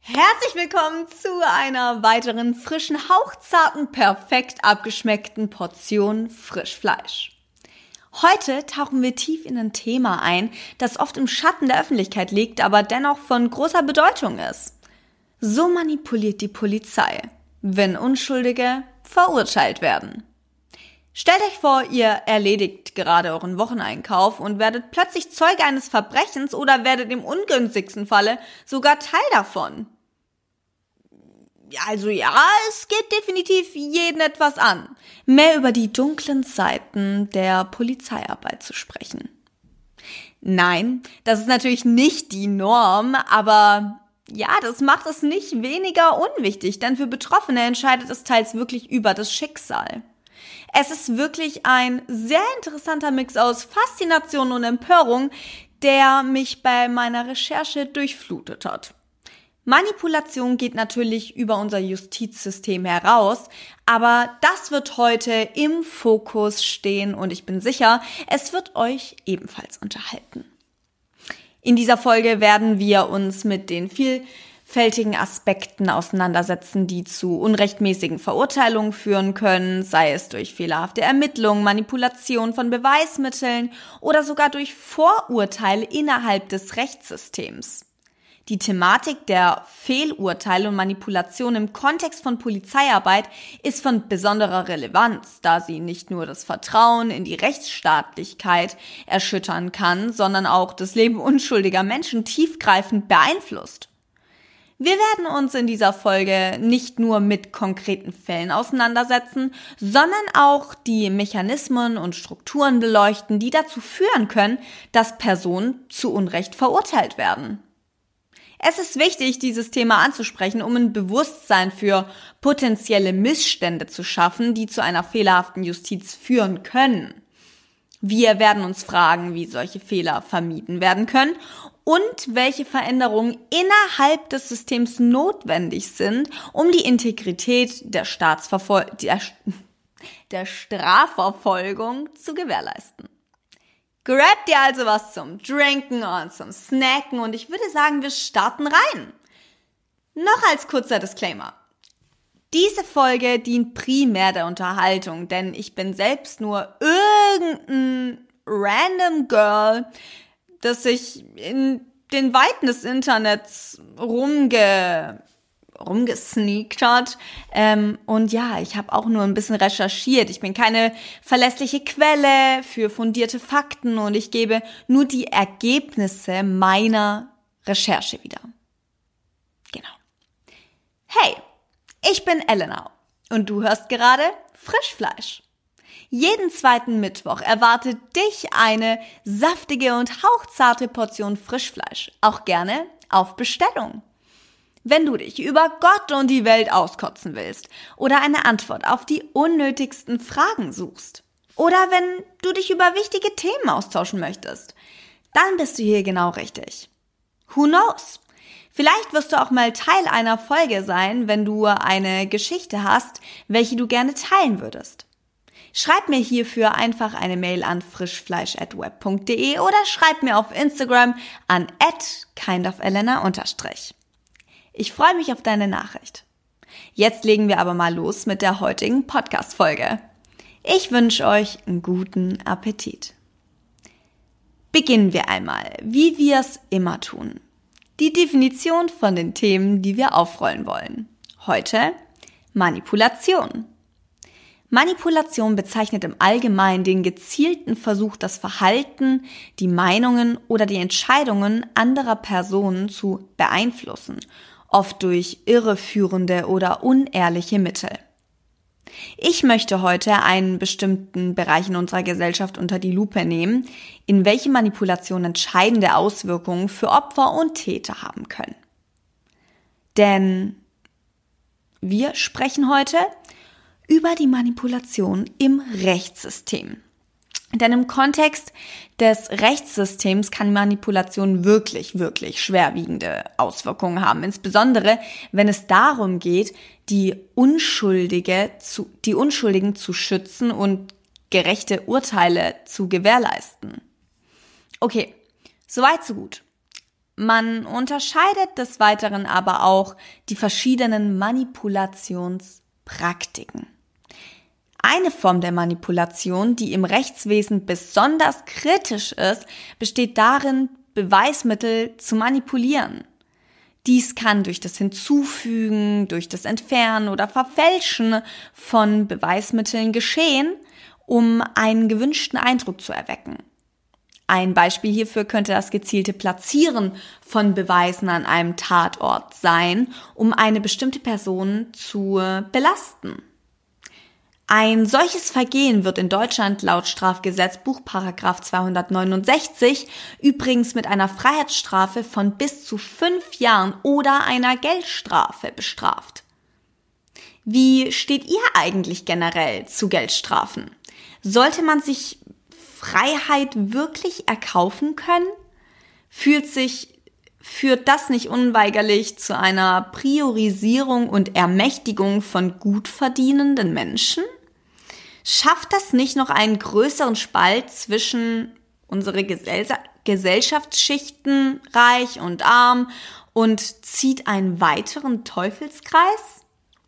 Herzlich willkommen zu einer weiteren frischen, hauchzarten, perfekt abgeschmeckten Portion Frischfleisch. Heute tauchen wir tief in ein Thema ein, das oft im Schatten der Öffentlichkeit liegt, aber dennoch von großer Bedeutung ist. So manipuliert die Polizei, wenn Unschuldige verurteilt werden. Stellt euch vor, ihr erledigt gerade euren Wocheneinkauf und werdet plötzlich Zeuge eines Verbrechens oder werdet im ungünstigsten Falle sogar Teil davon. Also ja, es geht definitiv jeden etwas an, mehr über die dunklen Seiten der Polizeiarbeit zu sprechen. Nein, das ist natürlich nicht die Norm, aber ja, das macht es nicht weniger unwichtig, denn für Betroffene entscheidet es teils wirklich über das Schicksal. Es ist wirklich ein sehr interessanter Mix aus Faszination und Empörung, der mich bei meiner Recherche durchflutet hat. Manipulation geht natürlich über unser Justizsystem heraus, aber das wird heute im Fokus stehen und ich bin sicher, es wird euch ebenfalls unterhalten. In dieser Folge werden wir uns mit den vielfältigen Aspekten auseinandersetzen, die zu unrechtmäßigen Verurteilungen führen können, sei es durch fehlerhafte Ermittlungen, Manipulation von Beweismitteln oder sogar durch Vorurteile innerhalb des Rechtssystems. Die Thematik der Fehlurteile und Manipulation im Kontext von Polizeiarbeit ist von besonderer Relevanz, da sie nicht nur das Vertrauen in die Rechtsstaatlichkeit erschüttern kann, sondern auch das Leben unschuldiger Menschen tiefgreifend beeinflusst. Wir werden uns in dieser Folge nicht nur mit konkreten Fällen auseinandersetzen, sondern auch die Mechanismen und Strukturen beleuchten, die dazu führen können, dass Personen zu Unrecht verurteilt werden. Es ist wichtig, dieses Thema anzusprechen, um ein Bewusstsein für potenzielle Missstände zu schaffen, die zu einer fehlerhaften Justiz führen können. Wir werden uns fragen, wie solche Fehler vermieden werden können und welche Veränderungen innerhalb des Systems notwendig sind, um die Integrität der Strafverfolgung zu gewährleisten. Grab dir also was zum Trinken und zum Snacken und ich würde sagen, wir starten rein. Noch als kurzer Disclaimer. Diese Folge dient primär der Unterhaltung, denn ich bin selbst nur irgendein random Girl, das sich in den Weiten des Internets rumgesneakt hat. Und ja, ich habe auch nur ein bisschen recherchiert. Ich bin keine verlässliche Quelle für fundierte Fakten und ich gebe nur die Ergebnisse meiner Recherche wieder. Genau. Hey, ich bin Elena und du hörst gerade Frischfleisch. Jeden zweiten Mittwoch erwartet dich eine saftige und hauchzarte Portion Frischfleisch, auch gerne auf Bestellung. Wenn du dich über Gott und die Welt auskotzen willst oder eine Antwort auf die unnötigsten Fragen suchst oder wenn du dich über wichtige Themen austauschen möchtest, dann bist du hier genau richtig. Who knows? Vielleicht wirst du auch mal Teil einer Folge sein, wenn du eine Geschichte hast, welche du gerne teilen würdest. Schreib mir hierfür einfach eine Mail an frischfleisch@web.de oder schreib mir auf Instagram an @kindofelena_. Ich freue mich auf deine Nachricht. Jetzt legen wir aber mal los mit der heutigen Podcast-Folge. Ich wünsche euch einen guten Appetit. Beginnen wir einmal, wie wir es immer tun. Die Definition von den Themen, die wir aufrollen wollen. Heute Manipulation. Manipulation bezeichnet im Allgemeinen den gezielten Versuch, das Verhalten, die Meinungen oder die Entscheidungen anderer Personen zu beeinflussen, oft durch irreführende oder unehrliche Mittel. Ich möchte heute einen bestimmten Bereich in unserer Gesellschaft unter die Lupe nehmen, in welchem Manipulation entscheidende Auswirkungen für Opfer und Täter haben können. Denn wir sprechen heute über die Manipulation im Rechtssystem. Denn im Kontext des Rechtssystems kann Manipulation wirklich, wirklich schwerwiegende Auswirkungen haben. Insbesondere, wenn es darum geht, die Unschuldigen zu schützen und gerechte Urteile zu gewährleisten. Okay, soweit so gut. Man unterscheidet des Weiteren aber auch die verschiedenen Manipulationspraktiken. Eine Form der Manipulation, die im Rechtswesen besonders kritisch ist, besteht darin, Beweismittel zu manipulieren. Dies kann durch das Hinzufügen, durch das Entfernen oder Verfälschen von Beweismitteln geschehen, um einen gewünschten Eindruck zu erwecken. Ein Beispiel hierfür könnte das gezielte Platzieren von Beweisen an einem Tatort sein, um eine bestimmte Person zu belasten. Ein solches Vergehen wird in Deutschland laut Strafgesetzbuch § 269 übrigens mit einer Freiheitsstrafe von bis zu 5 Jahren oder einer Geldstrafe bestraft. Wie steht ihr eigentlich generell zu Geldstrafen? Sollte man sich Freiheit wirklich erkaufen können? Führt das nicht unweigerlich zu einer Priorisierung und Ermächtigung von gut verdienenden Menschen? Schafft das nicht noch einen größeren Spalt zwischen unsere Gesellschaftsschichten, reich und arm, und zieht einen weiteren Teufelskreis?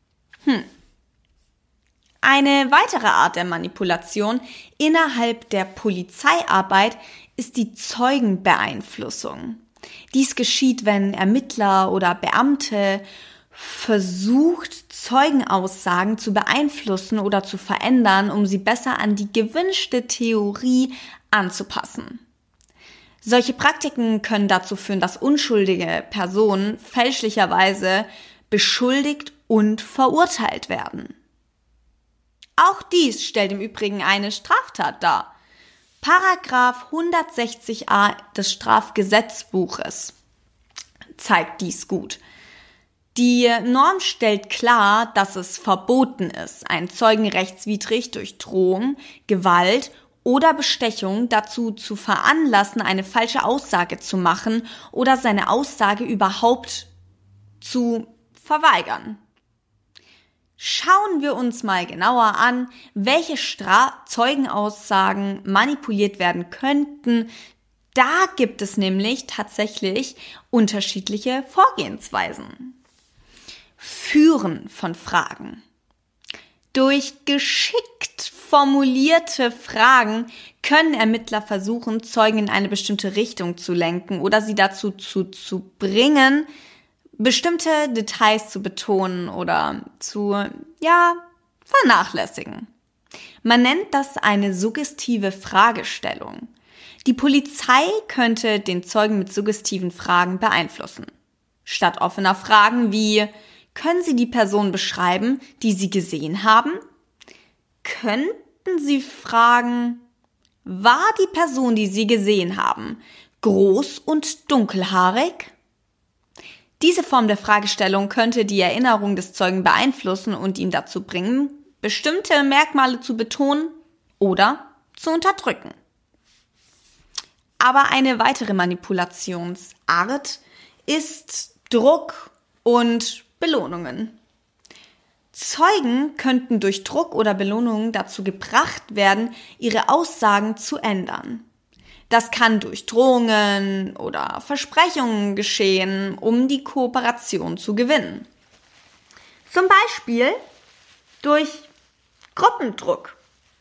Eine weitere Art der Manipulation innerhalb der Polizeiarbeit ist die Zeugenbeeinflussung. Dies geschieht, wenn Ermittler oder Beamte versucht, Zeugenaussagen zu beeinflussen oder zu verändern, um sie besser an die gewünschte Theorie anzupassen. Solche Praktiken können dazu führen, dass unschuldige Personen fälschlicherweise beschuldigt und verurteilt werden. Auch dies stellt im Übrigen eine Straftat dar. Paragraph 160a des Strafgesetzbuches zeigt dies gut. Die Norm stellt klar, dass es verboten ist, einen Zeugen rechtswidrig durch Drohung, Gewalt oder Bestechung dazu zu veranlassen, eine falsche Aussage zu machen oder seine Aussage überhaupt zu verweigern. Schauen wir uns mal genauer an, welche Zeugenaussagen manipuliert werden könnten. Da gibt es nämlich tatsächlich unterschiedliche Vorgehensweisen. Führen von Fragen. Durch geschickt formulierte Fragen können Ermittler versuchen, Zeugen in eine bestimmte Richtung zu lenken oder sie dazu zu bringen, bestimmte Details zu betonen oder zu, vernachlässigen. Man nennt das eine suggestive Fragestellung. Die Polizei könnte den Zeugen mit suggestiven Fragen beeinflussen. Statt offener Fragen wie: Können Sie die Person beschreiben, die Sie gesehen haben? Könnten Sie fragen: War die Person, die Sie gesehen haben, groß und dunkelhaarig? Diese Form der Fragestellung könnte die Erinnerung des Zeugen beeinflussen und ihn dazu bringen, bestimmte Merkmale zu betonen oder zu unterdrücken. Aber eine weitere Manipulationsart ist Druck und Belohnungen. Zeugen könnten durch Druck oder Belohnungen dazu gebracht werden, ihre Aussagen zu ändern. Das kann durch Drohungen oder Versprechungen geschehen, um die Kooperation zu gewinnen. Zum Beispiel durch Gruppendruck.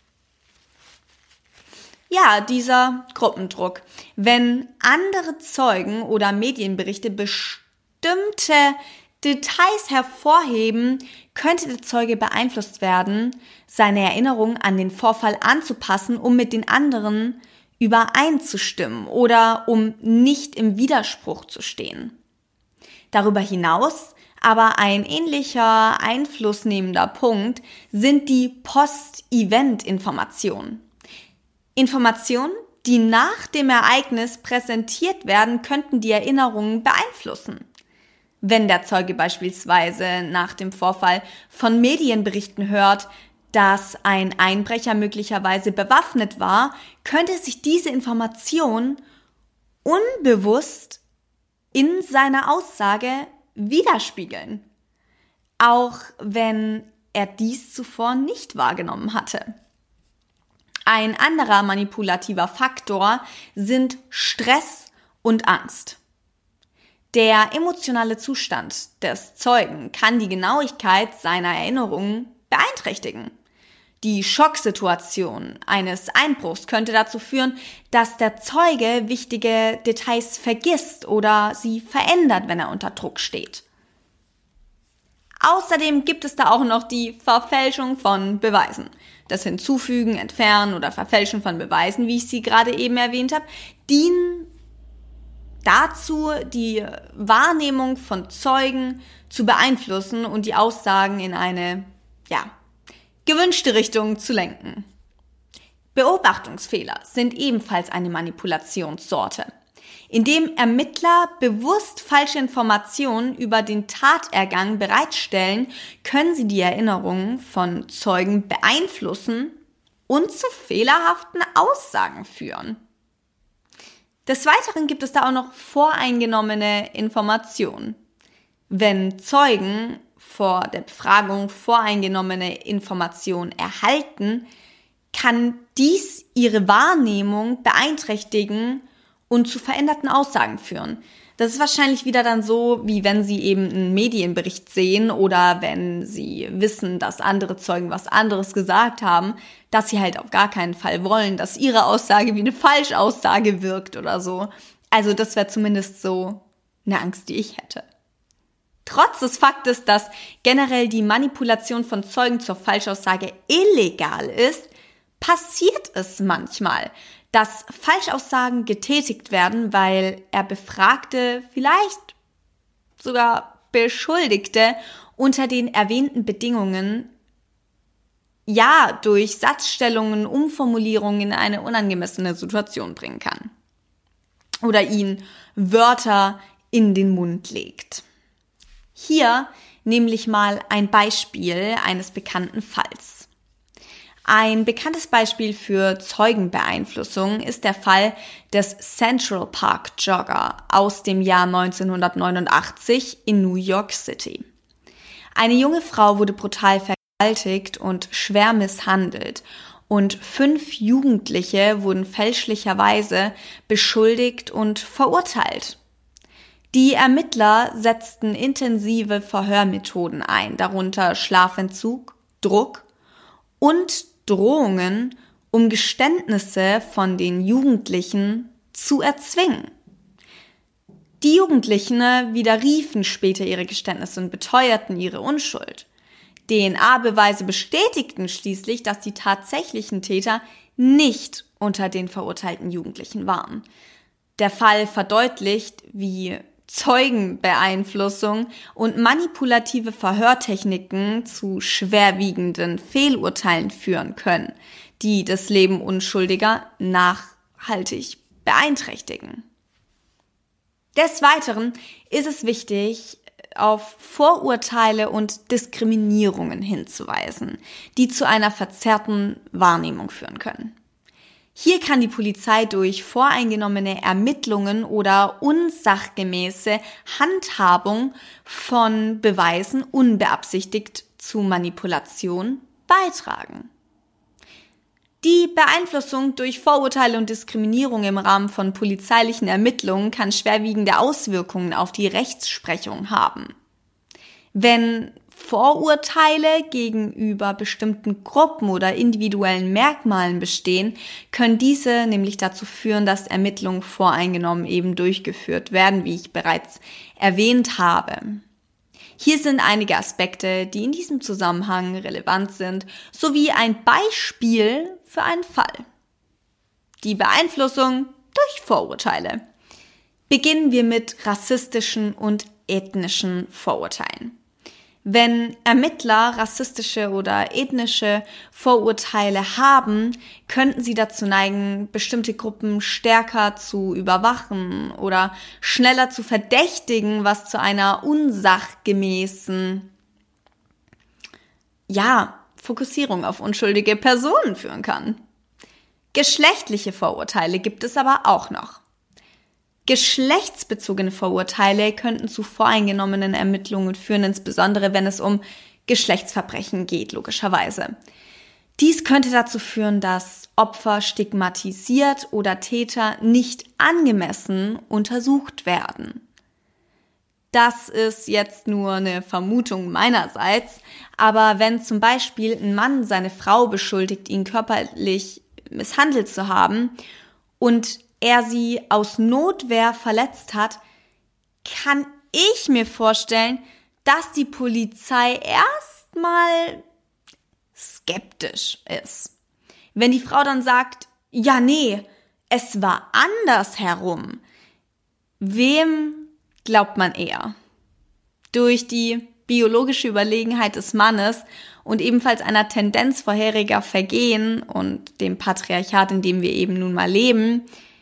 Ja, dieser Gruppendruck. Wenn andere Zeugen oder Medienberichte bestimmte Details hervorheben, könnte der Zeuge beeinflusst werden, seine Erinnerung an den Vorfall anzupassen, um mit den anderen übereinzustimmen oder um nicht im Widerspruch zu stehen. Darüber hinaus aber ein ähnlicher einflussnehmender Punkt sind die Post-Event-Informationen. Informationen, die nach dem Ereignis präsentiert werden, könnten die Erinnerungen beeinflussen. Wenn der Zeuge beispielsweise nach dem Vorfall von Medienberichten hört, dass ein Einbrecher möglicherweise bewaffnet war, könnte sich diese Information unbewusst in seiner Aussage widerspiegeln, auch wenn er dies zuvor nicht wahrgenommen hatte. Ein anderer manipulativer Faktor sind Stress und Angst. Der emotionale Zustand des Zeugen kann die Genauigkeit seiner Erinnerungen beeinträchtigen. Die Schocksituation eines Einbruchs könnte dazu führen, dass der Zeuge wichtige Details vergisst oder sie verändert, wenn er unter Druck steht. Außerdem gibt es da auch noch die Verfälschung von Beweisen. Das Hinzufügen, Entfernen oder Verfälschen von Beweisen, wie ich sie gerade eben erwähnt habe, dienen dazu, die Wahrnehmung von Zeugen zu beeinflussen und die Aussagen in eine, gewünschte Richtung zu lenken. Beobachtungsfehler sind ebenfalls eine Manipulationssorte. Indem Ermittler bewusst falsche Informationen über den Tatergang bereitstellen, können sie die Erinnerungen von Zeugen beeinflussen und zu fehlerhaften Aussagen führen. Des Weiteren gibt es da auch noch voreingenommene Informationen. Wenn Zeugen vor der Befragung voreingenommene Informationen erhalten, kann dies ihre Wahrnehmung beeinträchtigen und zu veränderten Aussagen führen. Das ist wahrscheinlich wieder dann so, wie wenn sie eben einen Medienbericht sehen oder wenn sie wissen, dass andere Zeugen was anderes gesagt haben, dass sie halt auf gar keinen Fall wollen, dass ihre Aussage wie eine Falschaussage wirkt oder so. Also das wäre zumindest so eine Angst, die ich hätte. Trotz des Faktes, dass generell die Manipulation von Zeugen zur Falschaussage illegal ist, passiert es manchmal, dass Falschaussagen getätigt werden, weil er Befragte, vielleicht sogar Beschuldigte unter den erwähnten Bedingungen durch Satzstellungen, Umformulierungen in eine unangemessene Situation bringen kann. Oder ihnen Wörter in den Mund legt. Hier nämlich mal ein Beispiel eines bekannten Falls. Ein bekanntes Beispiel für Zeugenbeeinflussung ist der Fall des Central Park Jogger aus dem Jahr 1989 in New York City. Eine junge Frau wurde brutal vergewaltigt und schwer misshandelt und 5 Jugendliche wurden fälschlicherweise beschuldigt und verurteilt. Die Ermittler setzten intensive Verhörmethoden ein, darunter Schlafentzug, Druck und Drohungen, um Geständnisse von den Jugendlichen zu erzwingen. Die Jugendlichen widerriefen später ihre Geständnisse und beteuerten ihre Unschuld. DNA-Beweise bestätigten schließlich, dass die tatsächlichen Täter nicht unter den verurteilten Jugendlichen waren. Der Fall verdeutlicht, wie Zeugenbeeinflussung und manipulative Verhörtechniken zu schwerwiegenden Fehlurteilen führen können, die das Leben Unschuldiger nachhaltig beeinträchtigen. Des Weiteren ist es wichtig, auf Vorurteile und Diskriminierungen hinzuweisen, die zu einer verzerrten Wahrnehmung führen können. Hier kann die Polizei durch voreingenommene Ermittlungen oder unsachgemäße Handhabung von Beweisen unbeabsichtigt zu Manipulation beitragen. Die Beeinflussung durch Vorurteile und Diskriminierung im Rahmen von polizeilichen Ermittlungen kann schwerwiegende Auswirkungen auf die Rechtsprechung haben. Wenn Vorurteile gegenüber bestimmten Gruppen oder individuellen Merkmalen bestehen, können diese nämlich dazu führen, dass Ermittlungen voreingenommen eben durchgeführt werden, wie ich bereits erwähnt habe. Hier sind einige Aspekte, die in diesem Zusammenhang relevant sind, sowie ein Beispiel für einen Fall. Die Beeinflussung durch Vorurteile. Beginnen wir mit rassistischen und ethnischen Vorurteilen. Wenn Ermittler rassistische oder ethnische Vorurteile haben, könnten sie dazu neigen, bestimmte Gruppen stärker zu überwachen oder schneller zu verdächtigen, was zu einer unsachgemäßen, Fokussierung auf unschuldige Personen führen kann. Geschlechtliche Vorurteile gibt es aber auch noch. Geschlechtsbezogene Vorurteile könnten zu voreingenommenen Ermittlungen führen, insbesondere wenn es um Geschlechtsverbrechen geht, logischerweise. Dies könnte dazu führen, dass Opfer stigmatisiert oder Täter nicht angemessen untersucht werden. Das ist jetzt nur eine Vermutung meinerseits, aber wenn zum Beispiel ein Mann seine Frau beschuldigt, ihn körperlich misshandelt zu haben und er sie aus Notwehr verletzt hat, kann ich mir vorstellen, dass die Polizei erstmal skeptisch ist. Wenn die Frau dann sagt, ja nee, es war andersherum, wem glaubt man eher? Durch die biologische Überlegenheit des Mannes und ebenfalls einer Tendenz vorheriger Vergehen und dem Patriarchat, in dem wir eben nun mal leben,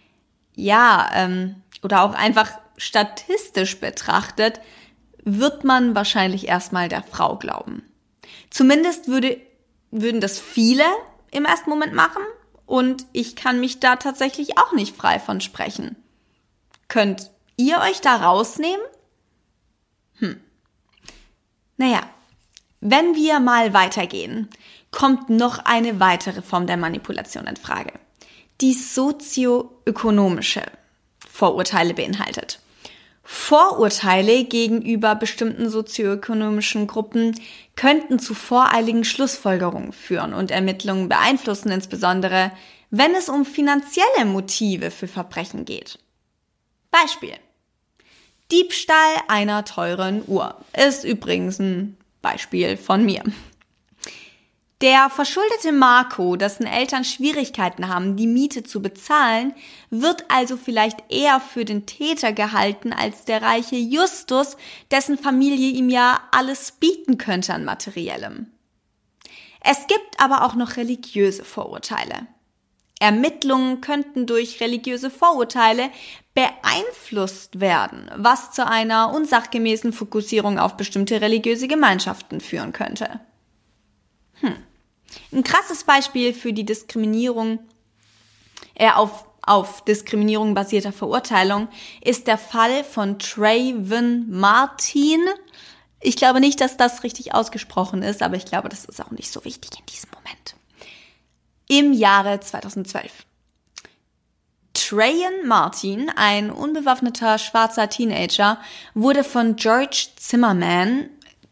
oder auch einfach statistisch betrachtet, wird man wahrscheinlich erstmal der Frau glauben. Zumindest würden das viele im ersten Moment machen und ich kann mich da tatsächlich auch nicht frei von sprechen. Könnt ihr euch da rausnehmen? Naja, wenn wir mal weitergehen, kommt noch eine weitere Form der Manipulation in Frage, die sozioökonomische Vorurteile beinhaltet. Vorurteile gegenüber bestimmten sozioökonomischen Gruppen könnten zu voreiligen Schlussfolgerungen führen und Ermittlungen beeinflussen, insbesondere wenn es um finanzielle Motive für Verbrechen geht. Beispiel: Diebstahl einer teuren Uhr ist übrigens ein Beispiel von mir. Der verschuldete Marco, dessen Eltern Schwierigkeiten haben, die Miete zu bezahlen, wird also vielleicht eher für den Täter gehalten als der reiche Justus, dessen Familie ihm ja alles bieten könnte an Materiellem. Es gibt aber auch noch religiöse Vorurteile. Ermittlungen könnten durch religiöse Vorurteile beeinflusst werden, was zu einer unsachgemäßen Fokussierung auf bestimmte religiöse Gemeinschaften führen könnte. Ein krasses Beispiel für die Diskriminierung, auf Diskriminierung basierter Verurteilung ist der Fall von Trayvon Martin. Ich glaube nicht, dass das richtig ausgesprochen ist, aber ich glaube, das ist auch nicht so wichtig in diesem Moment. Im Jahre 2012. Trayvon Martin, ein unbewaffneter schwarzer Teenager, wurde von George Zimmerman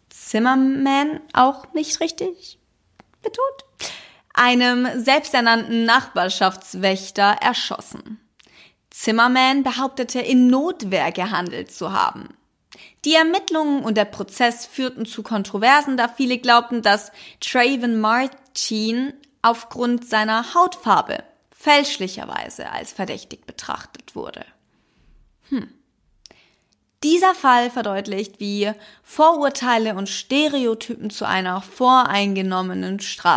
auch nicht richtig betont, einem selbsternannten Nachbarschaftswächter, erschossen. Zimmerman behauptete, in Notwehr gehandelt zu haben. Die Ermittlungen und der Prozess führten zu Kontroversen, da viele glaubten, dass Trayvon Martin aufgrund seiner Hautfarbe fälschlicherweise als verdächtig betrachtet wurde. Dieser Fall verdeutlicht, wie Vorurteile und Stereotypen zu einer voreingenommenen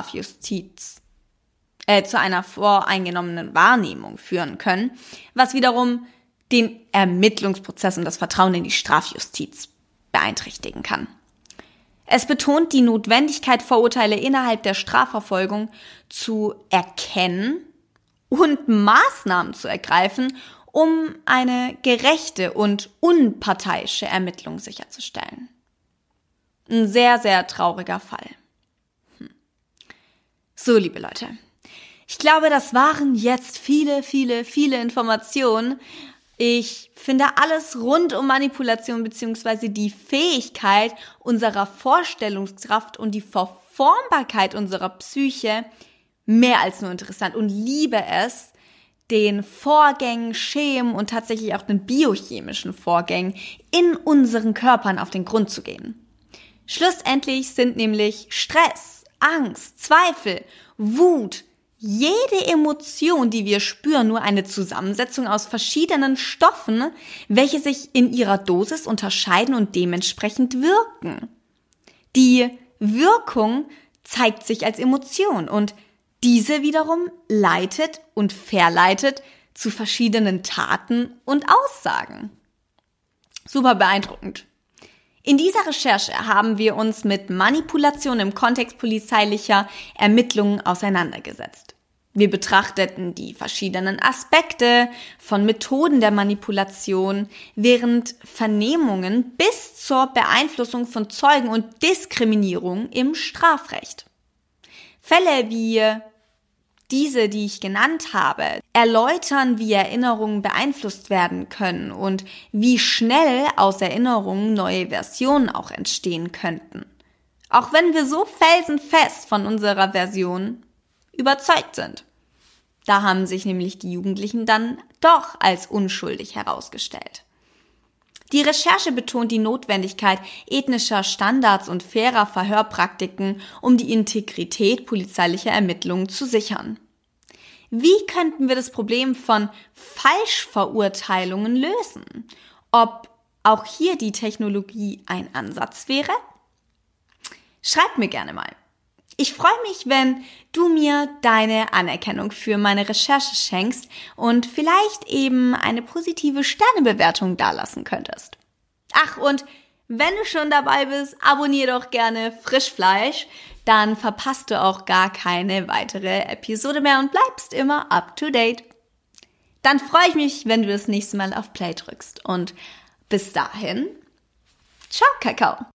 Wahrnehmung führen können, was wiederum den Ermittlungsprozess und das Vertrauen in die Strafjustiz beeinträchtigen kann. Es betont die Notwendigkeit, Vorurteile innerhalb der Strafverfolgung zu erkennen und Maßnahmen zu ergreifen, um eine gerechte und unparteiische Ermittlung sicherzustellen. Ein sehr, sehr trauriger Fall. So, liebe Leute, ich glaube, das waren jetzt viele, viele, viele Informationen. Ich finde alles rund um Manipulation bzw. die Fähigkeit unserer Vorstellungskraft und die Verformbarkeit unserer Psyche mehr als nur interessant und liebe es, den Vorgängen, Schemen und tatsächlich auch den biochemischen Vorgängen in unseren Körpern auf den Grund zu gehen. Schlussendlich sind nämlich Stress, Angst, Zweifel, Wut, jede Emotion, die wir spüren, nur eine Zusammensetzung aus verschiedenen Stoffen, welche sich in ihrer Dosis unterscheiden und dementsprechend wirken. Die Wirkung zeigt sich als Emotion und diese wiederum leitet und verleitet zu verschiedenen Taten und Aussagen. Super beeindruckend. In dieser Recherche haben wir uns mit Manipulation im Kontext polizeilicher Ermittlungen auseinandergesetzt. Wir betrachteten die verschiedenen Aspekte von Methoden der Manipulation, während Vernehmungen bis zur Beeinflussung von Zeugen und Diskriminierung im Strafrecht. Fälle wie Diese, die ich genannt habe, erläutern, wie Erinnerungen beeinflusst werden können und wie schnell aus Erinnerungen neue Versionen auch entstehen könnten. Auch wenn wir so felsenfest von unserer Version überzeugt sind. Da haben sich nämlich die Jugendlichen dann doch als unschuldig herausgestellt. Die Recherche betont die Notwendigkeit ethnischer Standards und fairer Verhörpraktiken, um die Integrität polizeilicher Ermittlungen zu sichern. Wie könnten wir das Problem von Falschverurteilungen lösen? Ob auch hier die Technologie ein Ansatz wäre? Schreib mir gerne mal. Ich freue mich, wenn du mir deine Anerkennung für meine Recherche schenkst und vielleicht eben eine positive Sternebewertung dalassen könntest. Ach, und wenn du schon dabei bist, abonniere doch gerne Frischfleisch, dann verpasst du auch gar keine weitere Episode mehr und bleibst immer up to date. Dann freue ich mich, wenn du das nächste Mal auf Play drückst und bis dahin, ciao Kakao!